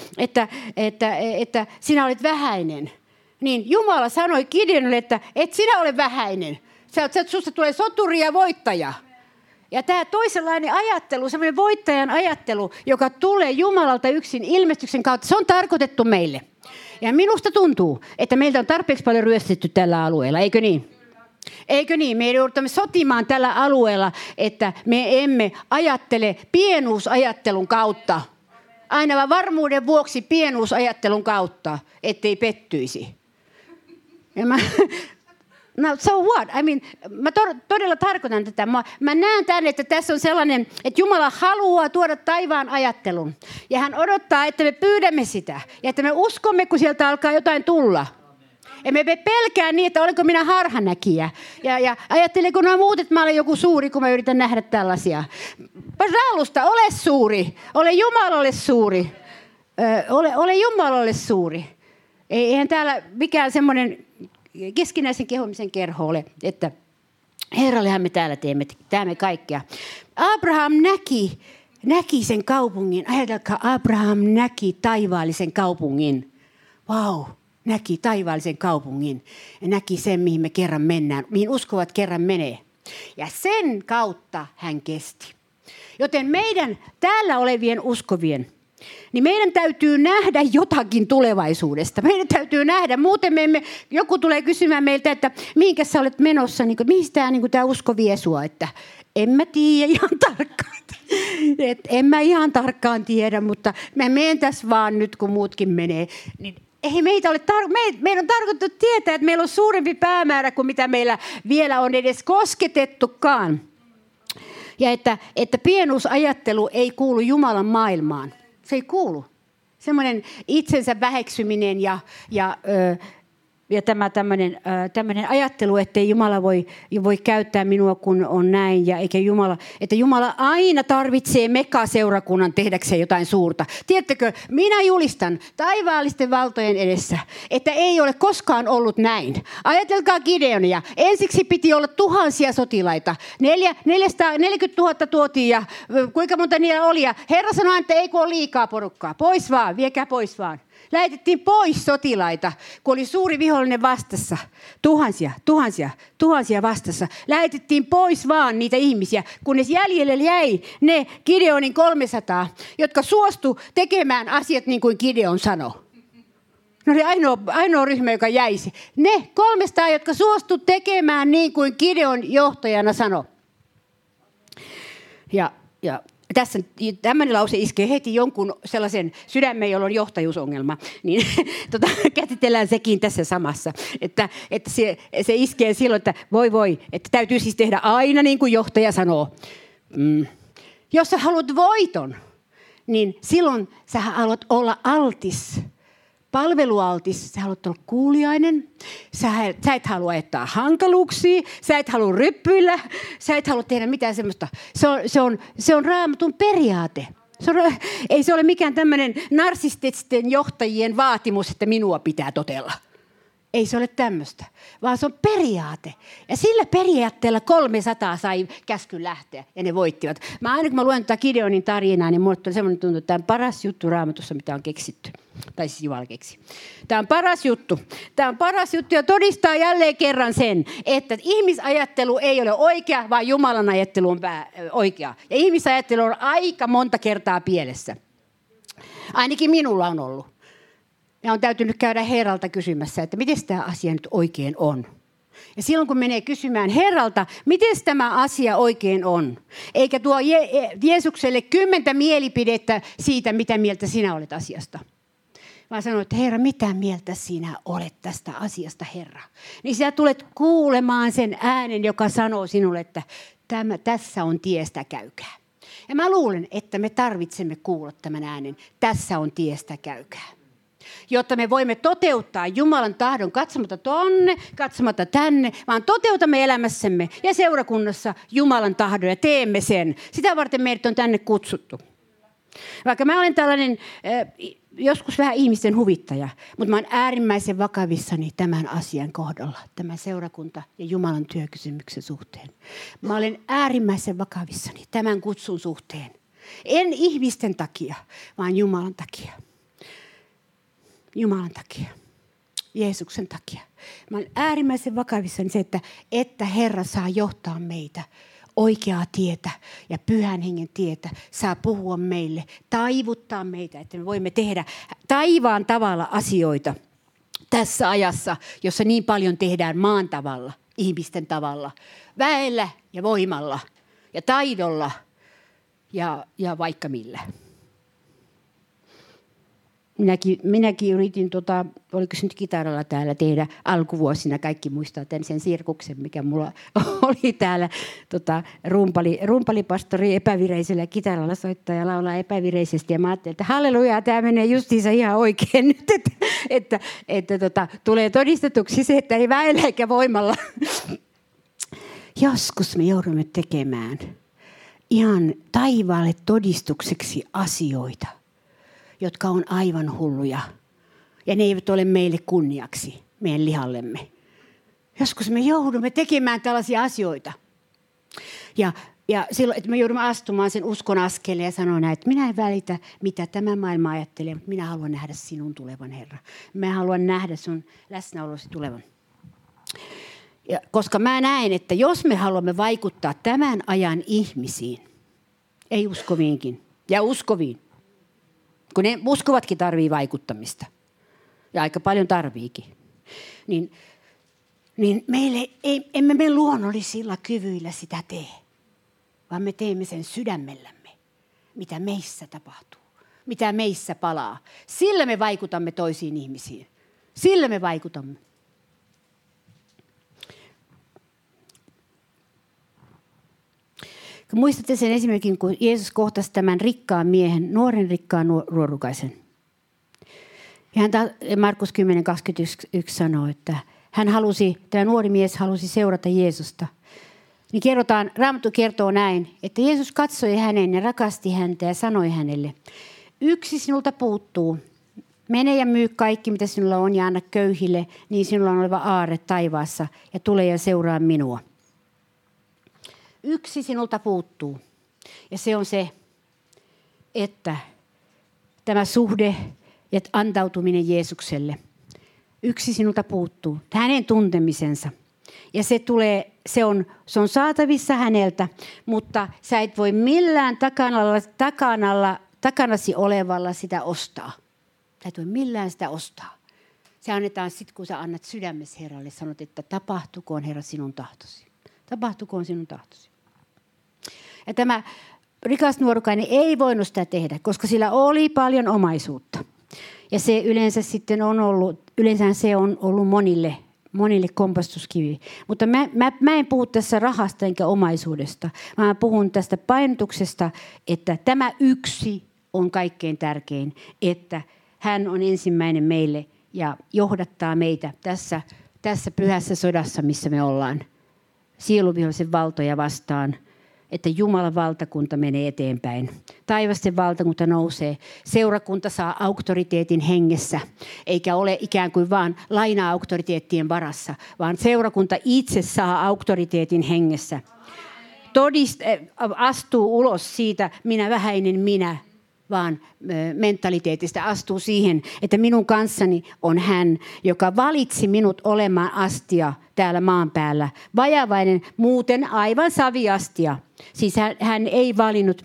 että sinä olet vähäinen, niin Jumala sanoi Gideonille, että et sinä ole vähäinen. Susta tulee soturi ja voittaja. Ja tämä toisenlainen ajattelu, semmoinen voittajan ajattelu, joka tulee Jumalalta yksin ilmestyksen kautta, se on tarkoitettu meille. Ja minusta tuntuu, että meiltä on tarpeeksi paljon ryöstetty tällä alueella, eikö niin? Eikö niin? Me joudumme sotimaan tällä alueella, että me emme ajattele pienuusajattelun kautta. Aina vaan varmuuden vuoksi pienuusajattelun kautta, ettei pettyisi. Ja no so what? Mä todella tarkoitan tätä. Mä näen tämän, että tässä on sellainen, että Jumala haluaa tuoda taivaan ajattelun. Ja hän odottaa, että me pyydämme sitä. Ja että me uskomme, kun sieltä alkaa jotain tulla. Ja me pelkää niin, että olenko minä harhanäkijä. Ja ajattelenko nuo muut, että mä olen joku suuri, kun mä yritän nähdä tällaisia. Raalusta, ole suuri. Ole Jumalalle suuri. Ole Jumalalle suuri. Eihän täällä mikään semmoinen keskinäisen kehomisen kerho ole, että Herrallehan me täällä teemme kaikkea. Abraham näki sen kaupungin. Ajatelkaa, Abraham näki taivaallisen kaupungin. Vau, näki taivaallisen kaupungin. Ja näki sen, mihin me kerran mennään, mihin uskovat kerran menee. Ja sen kautta hän kesti. Joten meidän täällä olevien uskovien, niin meidän täytyy nähdä jotakin tulevaisuudesta. Meidän täytyy nähdä. Muuten joku tulee kysymään meiltä, että mihinkä sä olet menossa, niin kuin, mihin tämä usko vie sua, että en mä tiedä ihan tarkkaan. En mä ihan tarkkaan tiedä, mutta mä menen tässä vaan nyt, kun muutkin menee. Niin ei meidän on tarkoitettu tietää, että meillä on suurempi päämäärä kuin mitä meillä vielä on edes kosketettukaan. Ja että pienuusajattelu ei kuulu Jumalan maailmaan. Se ei kuulu. Semmoinen itsensä väheksyminen ja tämä tämmöinen ajattelu, että Jumala voi käyttää minua, kun on näin. Ja että Jumala aina tarvitsee megaseurakunnan tehdäkseen jotain suurta. Tiedättekö, minä julistan taivaallisten valtojen edessä, että ei ole koskaan ollut näin. Ajatelkaa Gideonia. Ensiksi piti olla tuhansia sotilaita. 440 000 tuotiin ja kuinka monta niillä oli. Ja Herra sanoi, että ei kun ole liikaa porukkaa. Pois vaan, viekää pois vaan. Lähetettiin pois sotilaita, kun oli suuri vihollinen vastassa. Tuhansia vastassa. Lähetettiin pois vaan niitä ihmisiä, kunnes jäljelle jäi ne Gideonin 300, jotka suostu tekemään asiat niin kuin Gideon sanoi. Ne oli ainoa ryhmä, joka jäisi. Ne 300, jotka suostu tekemään niin kuin Gideon johtajana sanoi. Ja tässä tämmöinen lause iskee heti jonkun sellaisen sydämen, jolla on johtajuusongelma. Niin käsitellään sekin tässä samassa. Että se iskee silloin, että voi, että täytyy siis tehdä aina niin kuin johtaja sanoo. Jos sä haluat voiton, niin silloin sä haluat olla altis. Palvelualtis, sä haluat olla kuuliainen, sä et halua jättää hankaluuksia, sä et halua ryppyillä, sä et halua tehdä mitään semmoista. Se on Raamatun periaate. Ei se ole mikään tämmöinen narsististen johtajien vaatimus, että minua pitää totella. Ei se ole tämmöistä, vaan se on periaate. Ja sillä periaatteella 300 sai käskyn lähteä ja ne voittivat. Aina kun mä luen tätä Gideonin tarinaa, niin mulle tuli semmoinen tuntuu, että tämä on paras juttu Raamatussa, mitä on keksitty. Tai siis Jumala keksi. Tämä on paras juttu. Tämä on paras juttu ja todistaa jälleen kerran sen, että ihmisajattelu ei ole oikea, vaan Jumalan ajattelu on oikea. Ja ihmisajattelu on aika monta kertaa pielessä. Ainakin minulla on ollut. Ja on täytynyt käydä Herralta kysymässä, että miten tämä asia nyt oikein on. Ja silloin kun menee kysymään Herralta, miten tämä asia oikein on, eikä tuo Jeesukselle 10 mielipidettä siitä, mitä mieltä sinä olet asiasta. Vaan sanoo, että Herra, mitä mieltä sinä olet tästä asiasta, Herra. Niin sinä tulet kuulemaan sen äänen, joka sanoo sinulle, että tässä on tiestä, käykää. Ja mä luulen, että me tarvitsemme kuulla tämän äänen, tässä on tiestä, käykää. Jotta me voimme toteuttaa Jumalan tahdon katsomatta tonne, katsomatta tänne, vaan toteutamme elämässämme ja seurakunnassa Jumalan tahdon ja teemme sen. Sitä varten meidät on tänne kutsuttu. Vaikka mä olen tällainen joskus vähän ihmisten huvittaja, mutta mä olen äärimmäisen vakavissani tämän asian kohdalla, tämän seurakunta- ja Jumalan työkysymyksen suhteen. Mä olen äärimmäisen vakavissani tämän kutsun suhteen. En ihmisten takia, vaan Jumalan takia. Jumalan takia, Jeesuksen takia. Mä olen äärimmäisen vakavissani se, että Herra saa johtaa meitä oikeaa tietä ja Pyhän Hengen tietä, saa puhua meille, taivuttaa meitä, että me voimme tehdä taivaan tavalla asioita tässä ajassa, jossa niin paljon tehdään maan tavalla, ihmisten tavalla, väellä ja voimalla ja taidolla ja vaikka millä. Minäkin yritin, oliko se nyt kitaralla täällä tehdä alkuvuosina, kaikki muistaa sen sirkuksen, mikä mulla oli täällä, rumpalipastori epävireisellä kitaralla soittaa ja laulaa epävireisesti. Ja mä ajattelin, että halleluja, tämä menee justiinsa ihan oikein nyt, että tulee todistetuksi se, että ei väellä eikä voimalla. Joskus me joudumme tekemään ihan taivaalle todistukseksi asioita, jotka on aivan hulluja. Ja ne eivät ole meille kunniaksi, meidän lihallemme. Joskus me joudumme tekemään tällaisia asioita. Ja silloin, että me joudumme astumaan sen uskon askeleen ja sanoa näin, että minä en välitä, mitä tämä maailma ajattelee, mutta minä haluan nähdä sinun tulevan, Herra. Minä haluan nähdä sun läsnäolosi tulevan. Ja koska mä näen, että jos me haluamme vaikuttaa tämän ajan ihmisiin, ei uskoviinkin ja uskoviin, kun ne uskovatkin tarvii vaikuttamista. Ja aika paljon tarviikin. Niin emme me luonnollisilla kyvyillä sitä tee, vaan me teemme sen sydämellämme, mitä meissä tapahtuu, mitä meissä palaa. Sillä me vaikutamme toisiin ihmisiin. Sillä me vaikutamme. Muistatte sen esimerkin, kun Jeesus kohtasi tämän rikkaan miehen, nuoren rikkaan nuorukaisen. Ja Markus 10:21 sanoo, että tämä nuori mies halusi seurata Jeesusta. Niin Raamattu kertoo näin, että Jeesus katsoi häneen ja rakasti häntä ja sanoi hänelle, yksi sinulta puuttuu. Mene ja myy kaikki, mitä sinulla on, ja anna köyhille, niin sinulla on oleva aarre taivaassa, ja tule ja seuraa minua. Yksi sinulta puuttuu, ja se on se, että tämä suhde ja antautuminen Jeesukselle. Yksi sinulta puuttuu, hänen tuntemisensa. Ja se on saatavissa häneltä, mutta sä et voi millään takanasi olevalla sitä ostaa. Sä et voi millään sitä ostaa. Se annetaan sitten, kun sä annat sydämesi Herralle, sanot, että tapahtukoon Herra sinun tahtosi. Tapahtukoon sinun tahtosi. Ja tämä rikas nuorukainen ei voinut sitä tehdä, koska sillä oli paljon omaisuutta. Ja se yleensä se on ollut monille kompastuskivi. Mutta mä en puhu tässä rahasta enkä omaisuudesta, vaan mä puhun tästä painotuksesta, että tämä yksi on kaikkein tärkein, että hän on ensimmäinen meille ja johdattaa meitä tässä pyhässä sodassa, missä me ollaan. Sieluvihollisen valtoja vastaan, että Jumalan valtakunta menee eteenpäin. Taivasten valtakunta nousee. Seurakunta saa auktoriteetin hengessä, eikä ole ikään kuin vaan laina-auktoriteettien varassa, vaan seurakunta itse saa auktoriteetin hengessä. Astuu ulos siitä vähäinen minä, vaan mentaliteetista astuu siihen, että minun kanssani on hän, joka valitsi minut olemaan astia täällä maan päällä. Vajavainen, muuten aivan saviastia. Siis hän ei valinnut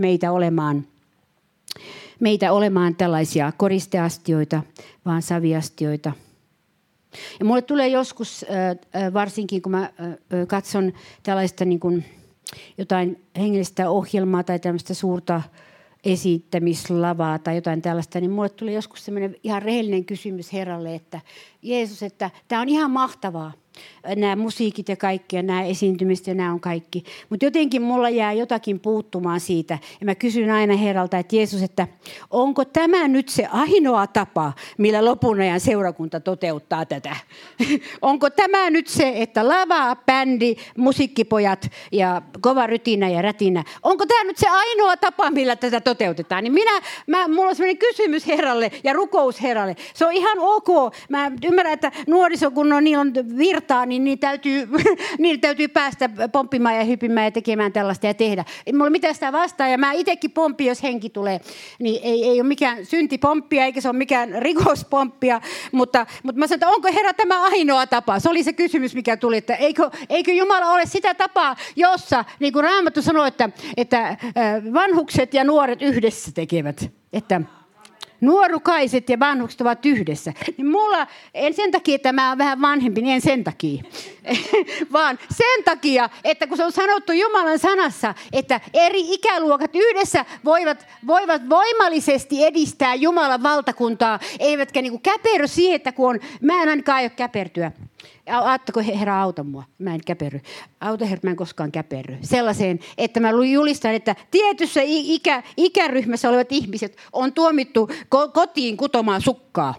meitä olemaan tällaisia koristeastioita, vaan saviastioita. Ja mulle tulee joskus, varsinkin kun mä katson tällaista niin kuin jotain hengellistä ohjelmaa tai tämmöistä suurta esittämislavaa tai jotain tällaista, niin mulle tuli joskus semmoinen ihan rehellinen kysymys Herralle, että Jeesus, että tämä on ihan mahtavaa, nämä musiikit ja kaikki ja nämä esiintymiset ja nämä on kaikki. Mutta jotenkin mulla jää jotakin puuttumaan siitä. Ja mä kysyn aina Herralta, että Jeesus, että onko tämä nyt se ainoa tapa, millä lopun ajan seurakunta toteuttaa tätä? Onko tämä nyt se, että lava, bändi, musiikkipojat ja kova rytinä ja rätinä, onko tämä nyt se ainoa tapa, millä tätä toteutetaan? Niin mulla on sellainen kysymys Herralle ja rukous Herralle. Se on ihan ok. Mä ymmärrän, että nuoriso, kun niillä on virtaa, niin niillä täytyy päästä pomppimaan ja hypimään ja tekemään tällaista ja tehdä. Ei mulla mitään sitä vastaan ja mä itsekin pomppin, jos henki tulee. Niin ei ole mikään syntipomppia eikä se ole mikään rikospomppia, mutta mä sanon, että onko Herra tämä ainoa tapa? Se oli se kysymys, mikä tuli, että eikö Jumala ole sitä tapaa, jossa, niin kuin Raamattu sanoo, että vanhukset ja nuoret yhdessä tekevät, että nuorukaiset ja vanhukset ovat yhdessä. Niin en sen takia, että mä oon vähän vanhempi, niin en sen takia. Vaan sen takia, että kun se on sanottu Jumalan sanassa, että eri ikäluokat yhdessä voivat voimallisesti edistää Jumalan valtakuntaa, eivätkä niin kuin käperry siihen, että mä en ainakaan aio käpertyä. Auttako Herra auta mua? Mä en käperry. Auta Herra, mä en koskaan käperry. Sellaiseen, että mä julistan, että tietyssä ikäryhmässä olevat ihmiset on tuomittu kotiin kutomaan sukkaa.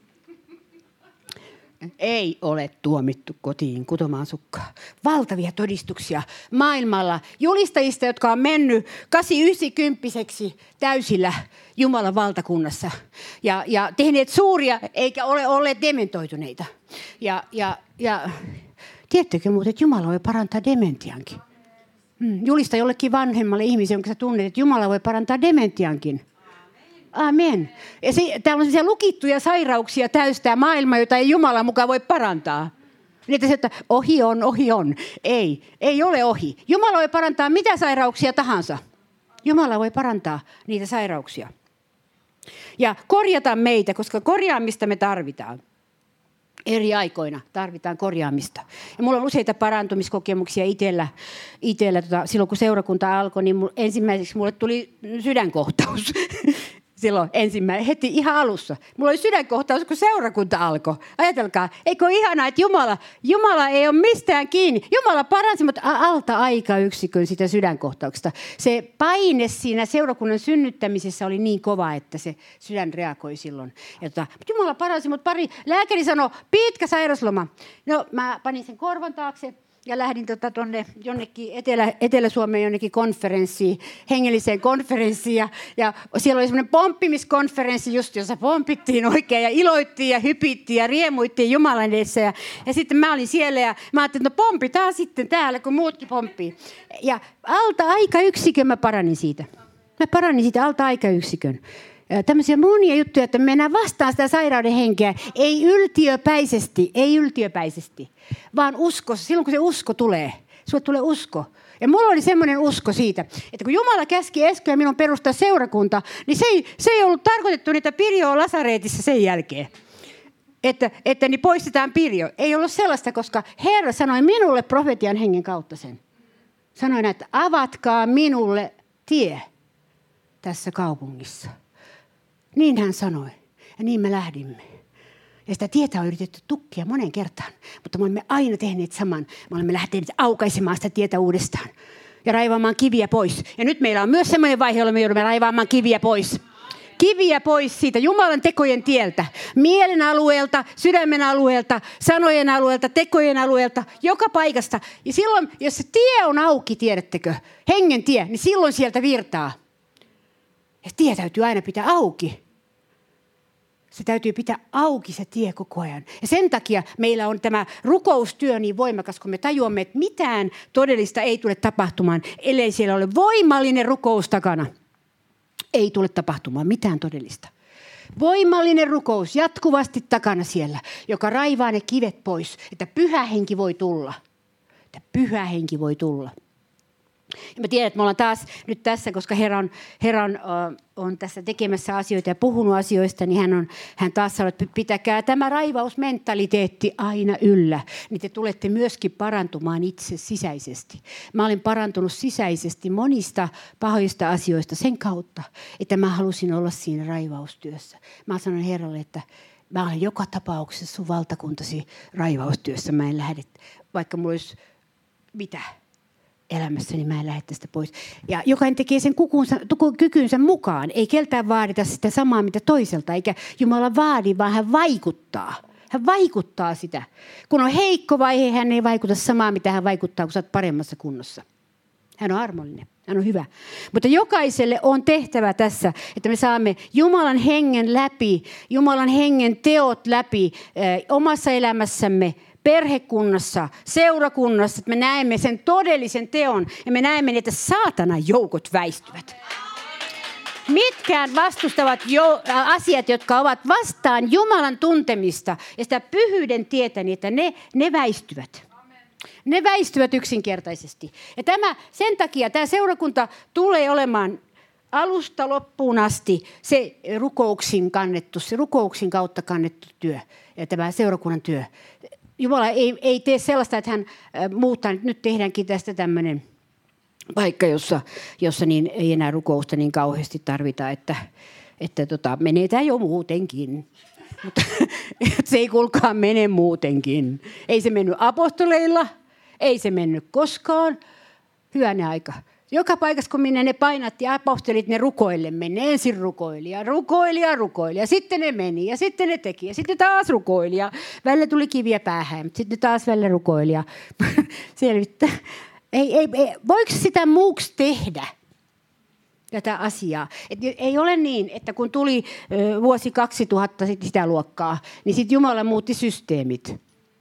Ei ole tuomittu kotiin kutomaan sukkaa. Valtavia todistuksia maailmalla julistajista, jotka on mennyt 80-90 täysillä Jumalan valtakunnassa ja tehneet suuria, eikä ole olleet dementoituneita. Ja tiedättekö muuten, että Jumala voi parantaa dementiankin? Julista jollekin vanhemmalle ihmiselle, jonka sä tunnet, että Jumala voi parantaa dementiankin. Amen. Ja täällä on sellaisia lukittuja sairauksia täystää maailma, jota ei Jumala mukaan voi parantaa. Niin että ohi on. Ei ole ohi. Jumala voi parantaa mitä sairauksia tahansa. Jumala voi parantaa niitä sairauksia. Ja korjata meitä, koska korjaamista me tarvitaan. Eri aikoina tarvitaan korjaamista. Ja mulla on useita parantumiskokemuksia itsellä silloin kun seurakunta alkoi, niin ensimmäiseksi mulle tuli sydänkohtaus. Silloin heti ihan alussa. Mulla oli sydänkohtaus, kun seurakunta alkoi. Ajatelkaa, eikö ole ihanaa, että Jumala ei ole mistään kiinni. Jumala paransi mut alta aikayksikön sitä sydänkohtauksesta. Se paine siinä seurakunnan synnyttämisessä oli niin kova, että se sydän reagoi silloin. Mutta Jumala paransi mut lääkäri sanoi, pitkä sairasloma. No mä panin sen korvan taakse. Ja lähdin tuonne jonnekin Etelä-Suomeen jonnekin konferenssiin, hengelliseen konferenssiin. Ja siellä oli semmoinen pomppimiskonferenssi just, jossa pompittiin oikein ja iloittiin ja hypittiin ja riemuittiin Jumalan edessä. Ja sitten mä olin siellä ja mä ajattelin, että no pompitaan sitten täällä, kun muutkin pomppii. Ja alta aikayksikön mä paranin siitä. Mä paranin siitä alta aikayksikön. Tämmöisiä monia juttuja, että mennään vastaan sitä sairauden henkeä. Ei yltiöpäisesti, vaan uskossa. Silloin kun se usko tulee, sulle tulee usko. Ja mulla oli semmoinen usko siitä, että kun Jumala käski Esko ja minun perustaa seurakunta, niin se ei ollut tarkoitettu niitä Pirjoa lasareetissa sen jälkeen. Että niin poistetaan Pirjo. Ei ollut sellaista, koska Herra sanoi minulle profetian hengen kautta sen. Sanoi, että avatkaa minulle tie tässä kaupungissa. Niin hän sanoi. Ja niin me lähdimme. Ja sitä tietä on yritetty tukkia monen kertaan. Mutta me olemme aina tehneet saman. Me olemme lähteneet aukaisemaan sitä tietä uudestaan. Ja raivaamaan kiviä pois. Ja nyt meillä on myös semmoinen vaihe, jolla me joudumme raivaamaan kiviä pois. Kiviä pois siitä Jumalan tekojen tieltä. Mielen alueelta, sydämen alueelta, sanojen alueelta, tekojen alueelta, joka paikasta. Ja silloin, jos se tie on auki, tiedättekö, hengen tie, niin silloin sieltä virtaa. Ja tie täytyy aina pitää auki. Se täytyy pitää auki se tie koko ajan. Ja sen takia meillä on tämä rukoustyö niin voimakas, kun me tajuamme, että mitään todellista ei tule tapahtumaan, ellei siellä ole voimallinen rukous takana. Ei tule tapahtumaan mitään todellista. Voimallinen rukous jatkuvasti takana siellä, joka raivaa ne kivet pois, että pyhä henki voi tulla. Että pyhä henki voi tulla. Ja mä tiedän, että me ollaan taas nyt tässä, koska Herra on tässä tekemässä asioita ja puhunut asioista, niin hän taas sanoo, että pitäkää tämä raivausmentaliteetti aina yllä, niin te tulette myöskin parantumaan itse sisäisesti. Mä olen parantunut sisäisesti monista pahoista asioista sen kautta, että mä halusin olla siinä raivaustyössä. Mä sanon Herralle, että mä olen joka tapauksessa sun valtakuntasi raivaustyössä. Mä en lähde, vaikka mulla olisi mitä elämässä, niin mä en lähde tästä pois. Ja jokainen tekee sen kykynsä mukaan. Ei keltään vaadita sitä samaa, mitä toiselta. Eikä Jumala vaadi, vaan hän vaikuttaa. Hän vaikuttaa sitä. Kun on heikko vaihe, hän ei vaikuta samaa, mitä hän vaikuttaa, kun sä oot paremmassa kunnossa. Hän on armollinen. Hän on hyvä. Mutta jokaiselle on tehtävä tässä, että me saamme Jumalan hengen läpi, Jumalan hengen teot läpi omassa elämässämme, perhekunnassa, seurakunnassa, että me näemme sen todellisen teon ja me näemme, että saatanan joukot väistyvät. Mitkään vastustavat asiat, jotka ovat vastaan Jumalan tuntemista ja sitä pyhyyden tietä, niin että ne väistyvät. Ne väistyvät yksinkertaisesti. Ja sen takia tämä seurakunta tulee olemaan alusta loppuun asti se rukouksin kautta kannettu työ ja tämä seurakunnan työ. Jumala ei tee sellaista, että hän muuttaa, nyt tehdäänkin tästä tämmöinen paikka, jossa niin ei enää rukousta niin kauheasti tarvita, että menee tämä jo muutenkin. Mutta se ei kuulkaa mene muutenkin. Ei se mennyt apostoleilla, ei se mennyt koskaan. Hyvänen aika. Joka paikassa, kun minne ne painatti apostolit, ne rukoille. Ne ensin rukoili. Sitten ne meni ja sitten ne teki ja sitten taas rukoili. Ja välillä tuli kiviä päähän, mutta sitten taas välillä rukoili. Selvittää. Voiko sitä muuksi tehdä? Tätä asiaa. Ei ole niin, että kun tuli vuosi 2000 sitä luokkaa, niin sitten Jumala muutti systeemit.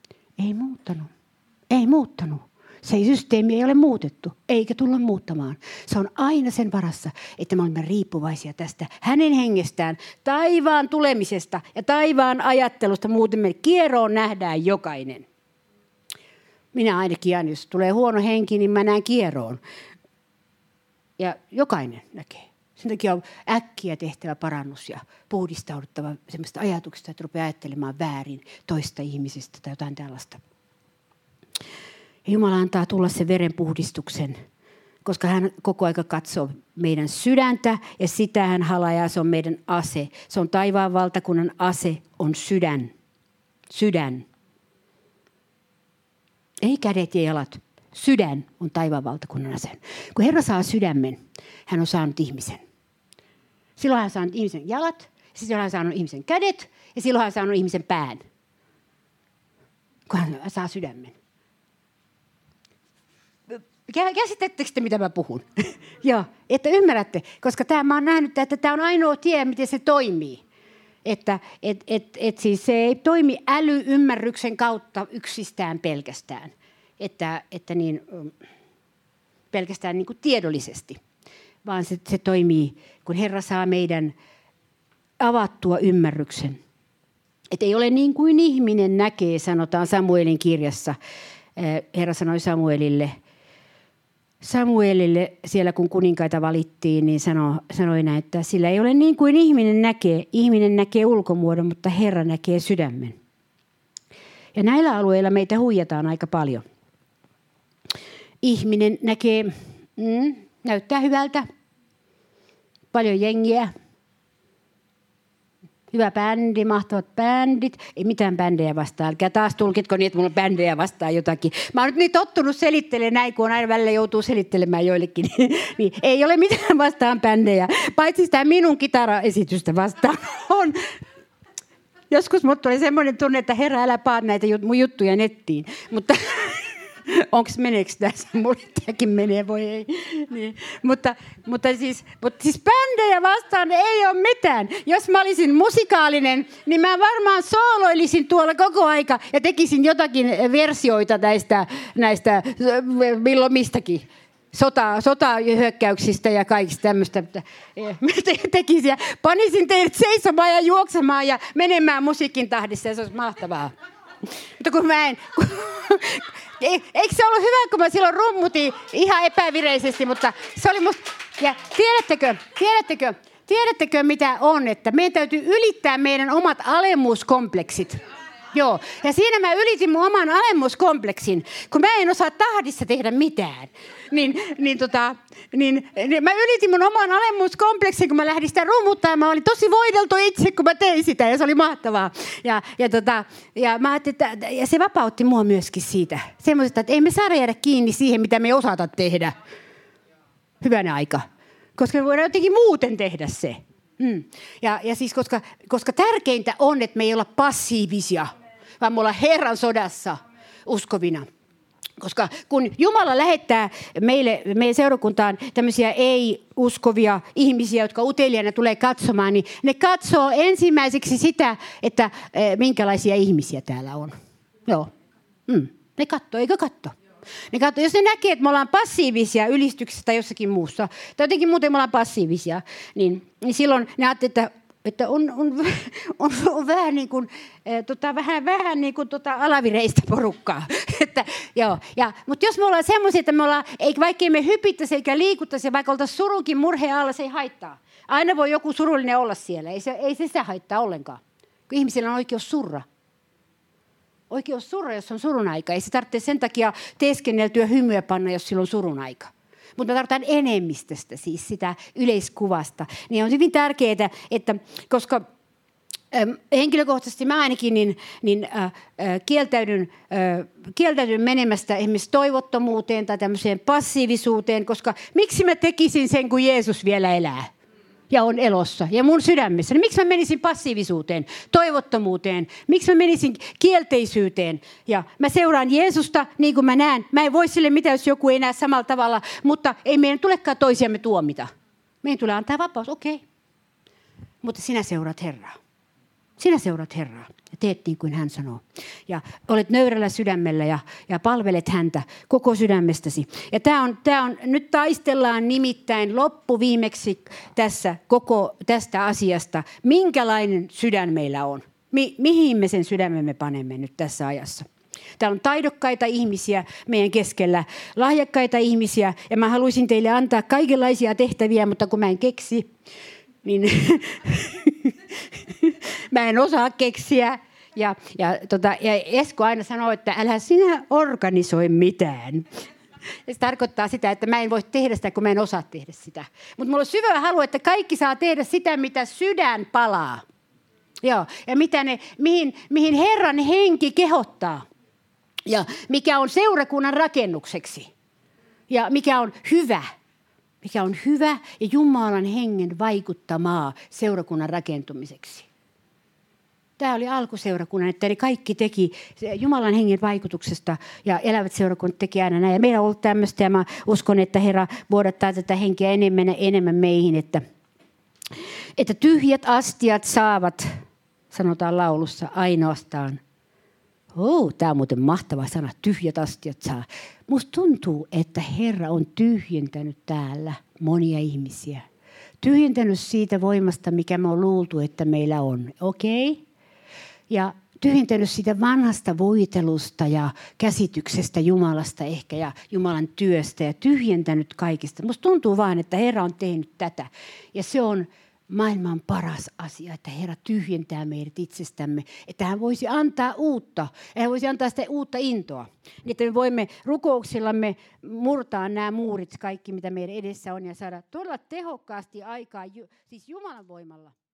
Ei muuttanut. Se systeemi ei ole muutettu, eikä tulla muuttamaan. Se on aina sen varassa, että me olemme riippuvaisia tästä hänen hengestään, taivaan tulemisesta ja taivaan ajattelusta. Muuten me kieroon nähdään jokainen. Minä ainakin, jos tulee huono henki, niin mä näen kieroon. Ja jokainen näkee. Sen takia on äkkiä tehtävä parannus ja puhdistauduttava semmoista ajatuksista, että rupeaa ajattelemaan väärin toista ihmisistä tai jotain tällaista. Ja Jumala antaa tulla sen verenpuhdistuksen, koska hän koko aika katsoo meidän sydäntä ja sitä hän halajaa, se on meidän ase. Se on taivaan valtakunnan ase, on sydän. Sydän. Ei kädet ja jalat. Sydän on taivaan valtakunnan ase. Kun Herra saa sydämen, hän on saanut ihmisen. Silloin hän on saanut ihmisen jalat, silloin hän on saanut ihmisen kädet ja silloin hän on saanut ihmisen pään. Kun hän saa sydämen. Käsitettekö te, mitä mä puhun? Joo, että ymmärrätte, koska mä oon nähnyt, että tämä on ainoa tie, miten se toimii. Että siis se ei toimi äly-ymmärryksen kautta yksistään pelkästään, että niin, pelkästään niin kuin tiedollisesti, vaan se toimii, kun Herra saa meidän avattua ymmärryksen. Että ei ole niin kuin ihminen näkee, sanotaan Samuelin kirjassa. Herra sanoi Samuelille siellä, kun kuninkaita valittiin, niin sanoi näin, että sillä ei ole niin kuin ihminen näkee. Ihminen näkee ulkomuodon, mutta Herra näkee sydämen. Ja näillä alueilla meitä huijataan aika paljon. Ihminen näkee, näyttää hyvältä, paljon jengiä. Hyvä bändi, mahtavat bändit. Ei mitään bändejä vastaan. Älkää taas tulkitko niin, että mulla on bändejä vastaan jotakin. Mä oon nyt niin tottunut selittelemään näin, kun on aina välillä joutuu selittelemään joillekin. Niin, ei ole mitään vastaan bändejä. Paitsi sitä minun kitaraesitystä vastaan on. Joskus mut tuli semmoinen tunne, että Herra, älä paat näitä mun juttuja nettiin. Mutta meneekö tässä? Mulle tämäkin menee, voi ei. Niin. Mutta siis bändejä vastaan ei ole mitään. Jos mä olisin musikaalinen, niin mä varmaan sooloilisin tuolla koko aika ja tekisin jotakin versioita näistä milloin mistäkin. Sotahyökkäyksistä ja kaikista tämmöistä. Tekisin ja panisin teidät seisomaan ja juoksemaan ja menemään musiikin tahdissa ja se olisi mahtavaa. Mutta kun mä en... Eikö se ollut hyvä, kun mä silloin rummutin ihan epävireisesti, mutta se oli musta... Ja tiedättekö mitä on, että meidän täytyy ylittää meidän omat alemmuuskompleksit. Joo, ja mä ylitin mun oman alemmuuskompleksin, kun mä en osaa tahdissa tehdä mitään. Niin mä ylitin mun oman alemmuuskompleksin, kun mä lähdin sitä rummuttamaan. Mä olin tosi voideltu itse, kun mä tein sitä, ja se oli mahtavaa. Ja mä ajattelin, ja se vapautti mua myöskin siitä. Semmoisesta, että ei me saada jäädä kiinni siihen, mitä me ei osata tehdä. Hyvänä aika. Koska me voidaan jotenkin muuten tehdä se. Ja siis, koska tärkeintä on, että me ei olla passiivisia, vaan me ollaan Herran sodassa uskovina. Koska kun Jumala lähettää meidän seurakuntaan tämmöisiä ei-uskovia ihmisiä, jotka uteliaana tulee katsomaan, niin ne katsoo ensimmäiseksi sitä, että minkälaisia ihmisiä täällä on. Joo. Ne katsoo, eikö katso? Ne katsoo, jos ne näkee, että me ollaan passiivisia ylistyksessä tai jossakin muussa, tai jotenkin muuten me ollaan passiivisia, niin silloin ne ajattelevat, että on vähän niin kuin, vähän niin kuin alavireistä porukkaa. Mutta jos me ollaan semmoisia, että me ollaan, vaikka me hypittäisi eikä liikuttaisi, vaikka oltaisiin surunkin murheen alla, se ei haittaa. Aina voi joku surullinen olla siellä, ei se sitä haittaa ollenkaan. Kun ihmisillä on oikeus surra. Oikeus surra, jos on surun aika. Ei se tarvitse sen takia teeskenneltyä hymyä panna, jos silloin on surun aika. Mutta me tarvitaan enemmistöstä, siis sitä yleiskuvasta. Niin on hyvin tärkeää, että koska henkilökohtaisesti mä ainakin kieltäydyn menemästä esimerkiksi toivottomuuteen tai tämmöiseen passiivisuuteen, koska miksi mä tekisin sen, kun Jeesus vielä elää ja on elossa ja mun sydämessä. Niin miksi mä menisin passiivisuuteen, toivottomuuteen, miksi mä menisin kielteisyyteen. Ja mä seuraan Jeesusta niin kuin mä näen. Mä en voi sille mitään, jos joku ei näe samalla tavalla, mutta ei meidän tulekaan toisiamme tuomita. Meidän tulee antaa vapaus, okei. Mutta sinä seuraat Herraa. Sinä seuraat Herraa ja teet niin kuin hän sanoo. Ja olet nöyrällä sydämellä ja palvelet häntä koko sydämestäsi. Ja nyt taistellaan nimittäin loppuviimeksi tästä asiasta, minkälainen sydän meillä on. Mihin me sen sydämemme panemme nyt tässä ajassa. Täällä on taidokkaita ihmisiä meidän keskellä, lahjakkaita ihmisiä, ja mä haluaisin teille antaa kaikenlaisia tehtäviä, mutta kun mä en keksi, niin mä en osaa keksiä. Ja Esko aina sanoo, että älä sinä organisoi mitään. Ja se tarkoittaa sitä, että mä en voi tehdä sitä, kun mä en osaa tehdä sitä. Mutta mulla on syvä halu, että kaikki saa tehdä sitä, mitä sydän palaa. Joo. Ja mihin Herran henki kehottaa. Ja mikä on seurakunnan rakennukseksi. Ja mikä on hyvä. Mikä on hyvä ja Jumalan hengen vaikuttamaa seurakunnan rakentumiseksi. Tämä oli alkuseurakunnan, että ne kaikki teki Jumalan hengen vaikutuksesta ja elävät seurakunnat teki aina näin. Ja meillä on ollut tämmöistä ja mä uskon, että Herra vuodattaa tätä henkeä enemmän meihin, että tyhjät astiat saavat, sanotaan laulussa, ainoastaan. Tämä on muuten mahtava sana, tyhjät astiat saa. Musta tuntuu, että Herra on tyhjentänyt täällä monia ihmisiä. Tyhjentänyt siitä voimasta, mikä me on luultu, että meillä on. Okei? Ja tyhjentänyt siitä vanhasta voitelusta ja käsityksestä Jumalasta ehkä ja Jumalan työstä ja tyhjentänyt kaikista. Musta tuntuu vaan, että Herra on tehnyt tätä. Ja se on maailman paras asia, että Herra tyhjentää meidät itsestämme. Että hän voisi antaa uutta. Ja hän voisi antaa sitä uutta intoa. Niin että me voimme rukouksillamme murtaa nämä muurit, kaikki mitä meidän edessä on ja saada todella tehokkaasti aikaa, siis Jumalan voimalla.